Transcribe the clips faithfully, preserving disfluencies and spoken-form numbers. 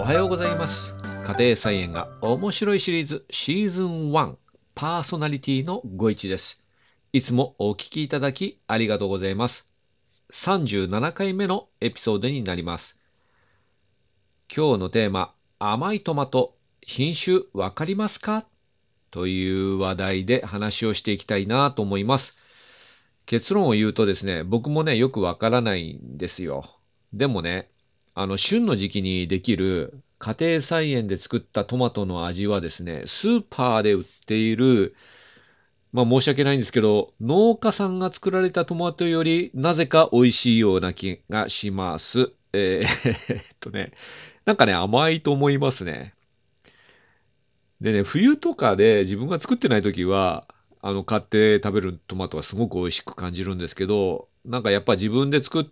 おはようございます。家庭菜園が面白いシリーズシーズンワンパーソナリティのご一です。いつもお聞きいただきありがとうございます。さんじゅうななかいめのエピソードになります。今日のテーマ、甘いトマト、品種わかりますかという話題で話をしていきたいなと思います。結論を言うとですね、僕もね、よくわからないんですよ。でもね、あの、旬の時期にできる家庭菜園で作ったトマトの味はですね、スーパーで売っている、まあ申し訳ないんですけど、農家さんが作られたトマトよりなぜか美味しいような気がします。えーえっとね、なんかね、甘いと思いますね。でね、冬とかで自分が作ってない時は、あの、買って食べるトマトはすごく美味しく感じるんですけど、なんかやっぱ自分で作って、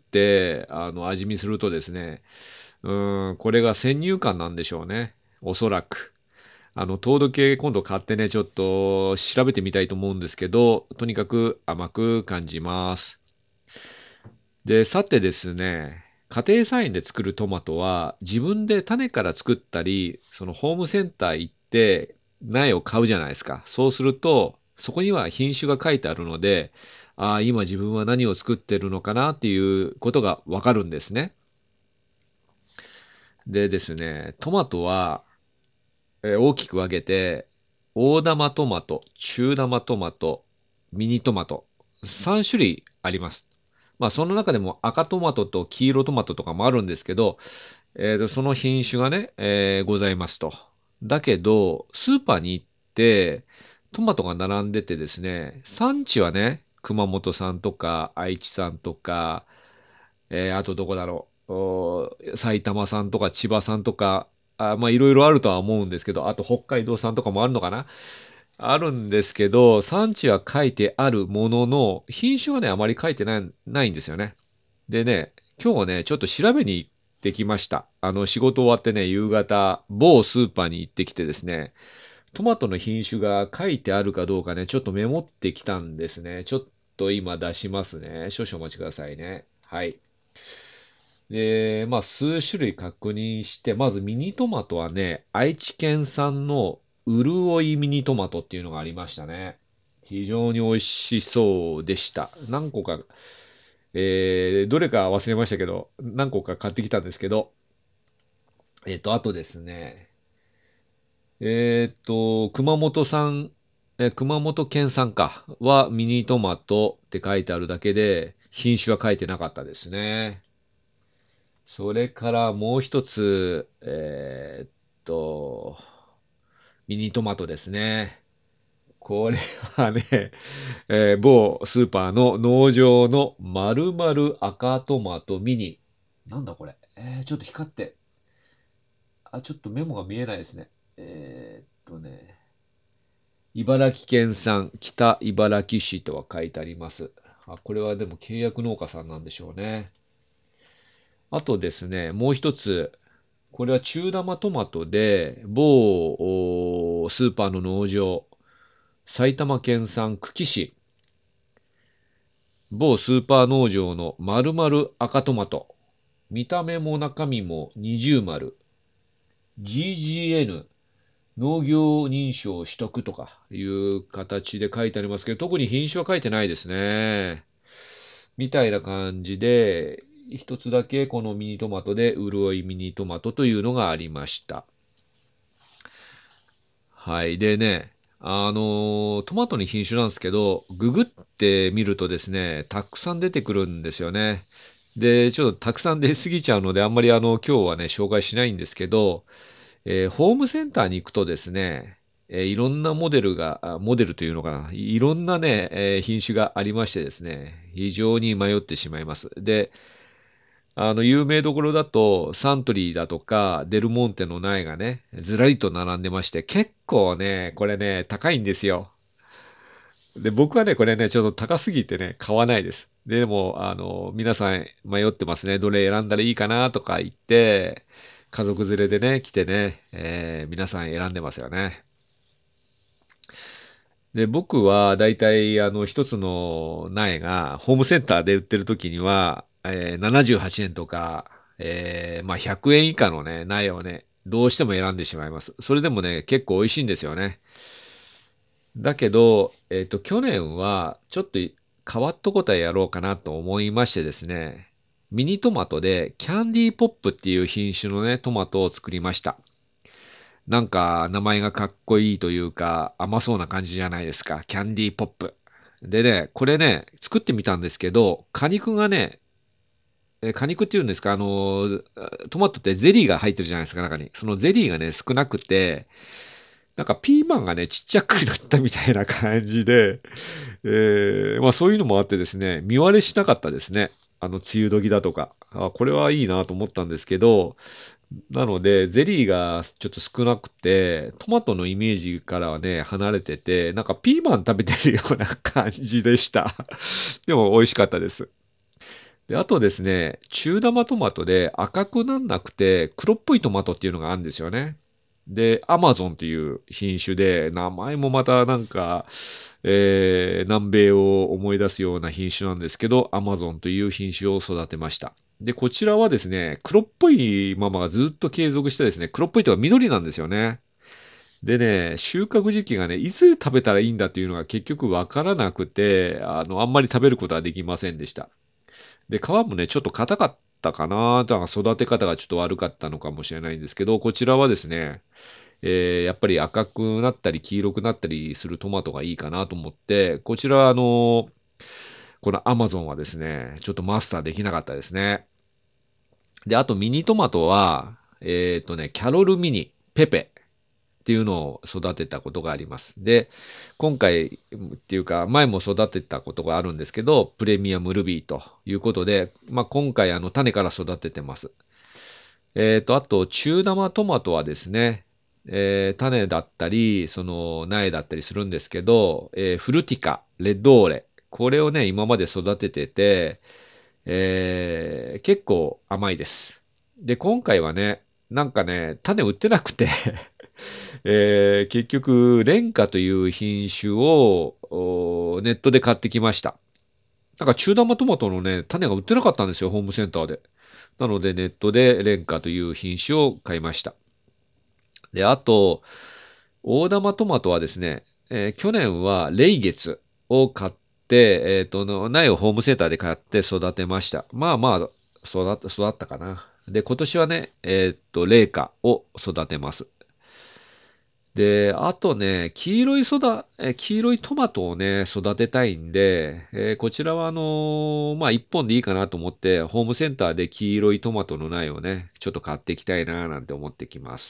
あの、味見するとですね、うーん、これが先入観なんでしょうね。おそらく。あの、糖度計今度買ってね、ちょっと調べてみたいと思うんですけど、とにかく甘く感じます。で、さてですね、家庭菜園で作るトマトは自分で種から作ったり、そのホームセンター行って苗を買うじゃないですか。そうすると、そこには品種が書いてあるので、ああ、今自分は何を作ってるのかなっていうことがわかるんですね。でですね、トマトは、えー大きく分けて、大玉トマト、中玉トマト、ミニトマト、さん種類あります。まあ、その中でも赤トマトと黄色トマトとかもあるんですけど、えーと、その品種がね、えーございますと。だけど、スーパーに行って、トマトが並んでてですね、産地はね、熊本産とか愛知産とか、えーあとどこだろう、おー埼玉産とか千葉産とか、あ、まあいろいろあるとは思うんですけど、あと北海道産とかもあるのかなあるんですけど、産地は書いてあるものの、品種はね、あまり書いてない、ないんですよね。でね、今日はね、ちょっと調べに行ってきました。あの、仕事終わってね、夕方、某スーパーに行ってきてですね、トマトの品種が書いてあるかどうかね、ちょっとメモってきたんですね。ちょっと今出しますね。少々お待ちくださいね。はい。で、まあ、数種類確認して、まずミニトマトはね、愛知県産の潤いミニトマトっていうのがありましたね。非常に美味しそうでした。何個か、えー、どれか忘れましたけど、何個か買ってきたんですけど、えっと、あとですね、えっと、熊本産、えー熊本県産か、はミニトマトって書いてあるだけで、品種は書いてなかったですね。それからもう一つ、えーっと、ミニトマトですね。これはね、えー某スーパーの農場の丸々赤トマトミニ。なんだこれ。えー、ちょっと光って。あ、ちょっとメモが見えないですね。えーっとね、茨城県産北茨城市とは書いてあります。あ、これはでも契約農家さんなんでしょうね。あとですね、もう一つ、これは中玉トマトで、某おスーパーの農場、埼玉県産久喜市、某スーパー農場の丸々赤トマト、見た目も中身も二重丸、ジージーエヌ、農業認証取得とかいう形で書いてありますけど、特に品種は書いてないですね。みたいな感じで、一つだけこのミニトマトで、潤いミニトマトというのがありました。はい。でね、あのートマトの品種なんですけど、ググってみるとですね、たくさん出てくるんですよね。で、ちょっとたくさん出過ぎちゃうので、あんまりあの、今日はね、紹介しないんですけど、えーホームセンターに行くとですね、えーいろんなモデルが、あモデルというのかな、いろんなね、えー品種がありましてですね、非常に迷ってしまいます。で、あの、有名どころだと、サントリーだとか、デルモンテの苗がね、ずらりと並んでまして、結構ね、これね、高いんですよ。で、僕はね、これね、ちょっと高すぎてね、買わないです。でも、あの、皆さん迷ってますね。どれ選んだらいいかなとか言って、家族連れでね、来てね、えー皆さん選んでますよね。で、僕はだいたいあの一つの苗がホームセンターで売ってる時には、えーななじゅうはちえんとか、えーまあひゃくえん以下のね、苗をね、 どうしても選んでしまいます。それでもね、結構美味しいんですよね。だけど、えっと、去年はちょっと変わったことやろうかなと思いましてですね、ミニトマトでキャンディーポップっていう品種のね、トマトを作りました。なんか名前がかっこいいというか甘そうな感じじゃないですか。キャンディーポップ。でね、これね、作ってみたんですけど、果肉がね、え果肉っていうんですか、あの、トマトってゼリーが入ってるじゃないですか、中に。そのゼリーがね、少なくて、なんかピーマンがね、ちっちゃくなったみたいな感じで、えーまあそういうのもあってですね、見割れしなかったですね。あの、梅雨時だとか。あ、これはいいなと思ったんですけど、なので、ゼリーがちょっと少なくて、トマトのイメージからはね、離れてて、なんかピーマン食べてるような感じでした。でも美味しかったです。で、あとですね、中玉トマトで赤くなんなくて黒っぽいトマトっていうのがあるんですよね。で、アマゾンっていう品種で、名前もまたなんか、えー南米を思い出すような品種なんですけど、アマゾンという品種を育てました。で、こちらはですね、黒っぽいままがずっと継続してですね、黒っぽいというか緑なんですよね。でね、収穫時期がね、いつ食べたらいいんだっていうのが結局わからなくて、あの、あんまり食べることはできませんでした。で、皮もね、ちょっと硬かったかな。だから育て方がちょっと悪かったのかもしれないんですけど、こちらはですね、えーやっぱり赤くなったり黄色くなったりするトマトがいいかなと思って、こちらはあの、このアマゾンはですね、ちょっとマスターできなかったですね。で、あとミニトマトは、えっとね、キャロルミニ、ペペっていうのを育てたことがあります。で、今回っていうか、前も育てたことがあるんですけど、プレミアムルビーということで、まあ、今回あの種から育ててます。えっと、あと、中玉トマトはですね、えー種だったり、その苗だったりするんですけど、えーフルティカ、レッドオーレ、これをね、今まで育ててて、えー結構甘いです。で、今回はね、なんかね、種売ってなくてえー結局、レンカという品種をおネットで買ってきました。なんか中玉トマトのね、種が売ってなかったんですよ、ホームセンターで。なので、ネットでレンカという品種を買いました。で、あと、大玉トマトはですね、えー去年はレイゲツを買って、えっと、の苗をホームセンターで買って育てました。まあまあ、育った、育ったかな。で、今年はね、えっと、レイカを育てます。で、あとね、黄色いソダ、え黄色いトマトをね、育てたいんで、えーこちらはあのーまあ、一本でいいかなと思って、ホームセンターで黄色いトマトの苗をね、ちょっと買っていきたいななんて思ってきます。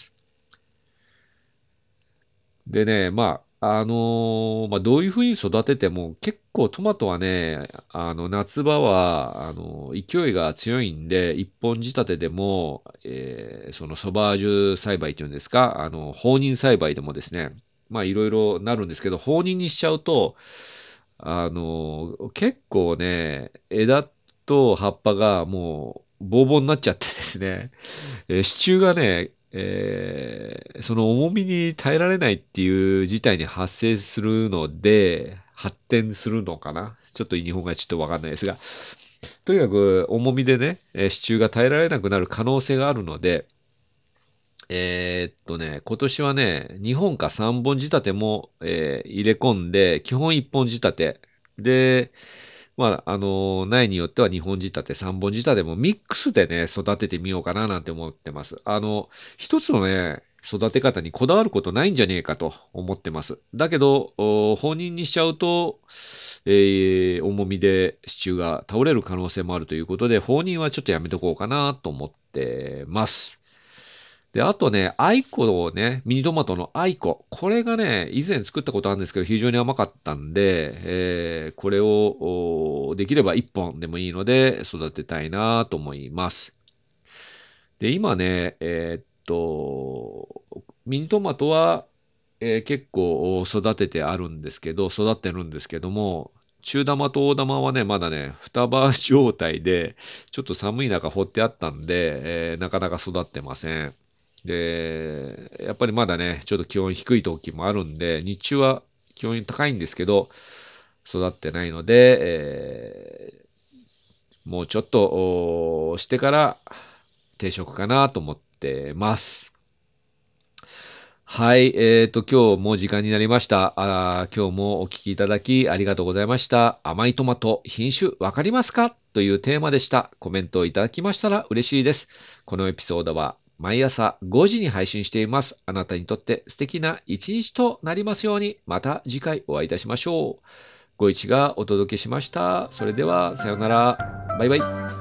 でね、まあ、あのーまあ、どういうふうに育てても、結構トマトはね、あの、夏場は、あの、勢いが強いんで、一本仕立てでも、えーそのソバージュ栽培っていうんですか、あの、放任栽培でもですね、まあ、いろいろなるんですけど、放任にしちゃうと、あの、結構ね、枝と葉っぱがもう、ボーボーになっちゃってですね、えー支柱がね、えーその重みに耐えられないっていう事態に発生するので、発展するのかなちょっと日本語はちょっとわかんないですが、とにかく重みでね、えー支柱が耐えられなくなる可能性があるので、えーっとね、今年はね、にほんかさんぼん仕立ても、えー入れ込んで、基本いっぽん仕立て。で、まあ、あの、苗によってはにほん仕立て、さんぼん仕立てもミックスでね、育ててみようかななんて思ってます。あの、一つのね、育て方にこだわることないんじゃねえかと思ってます。だけど、お放任にしちゃうと、えー重みで支柱が倒れる可能性もあるということで、放任はちょっとやめとこうかなと思ってます。で、あとね、アイコをね、ミニトマトのアイコ。これがね、以前作ったことあるんですけど、非常に甘かったんで、えーこれを、おできればいっぽんでもいいので、育てたいなと思います。で、今ね、えーっと、ミニトマトは、えー結構育ててあるんですけど、育ってるんですけども、中玉と大玉はね、まだね、双葉状態で、ちょっと寒い中掘ってあったんで、えーなかなか育ってません。で、やっぱりまだね、ちょっと気温低い時もあるんで、日中は気温高いんですけど、育ってないので、えーもうちょっとおしてから定食かなと思ってます。 はい、えーと、今日も時間になりました。あー、今日もお聞きいただきありがとうございました。甘いトマト、品種わかりますかというテーマでした。コメントをいただきましたら嬉しいです。このエピソードは毎朝ごじに配信しています。あなたにとって素敵な一日となりますように、また次回お会いいたしましょう。ご一がお届けしました。それでは、さようなら。バイバイ。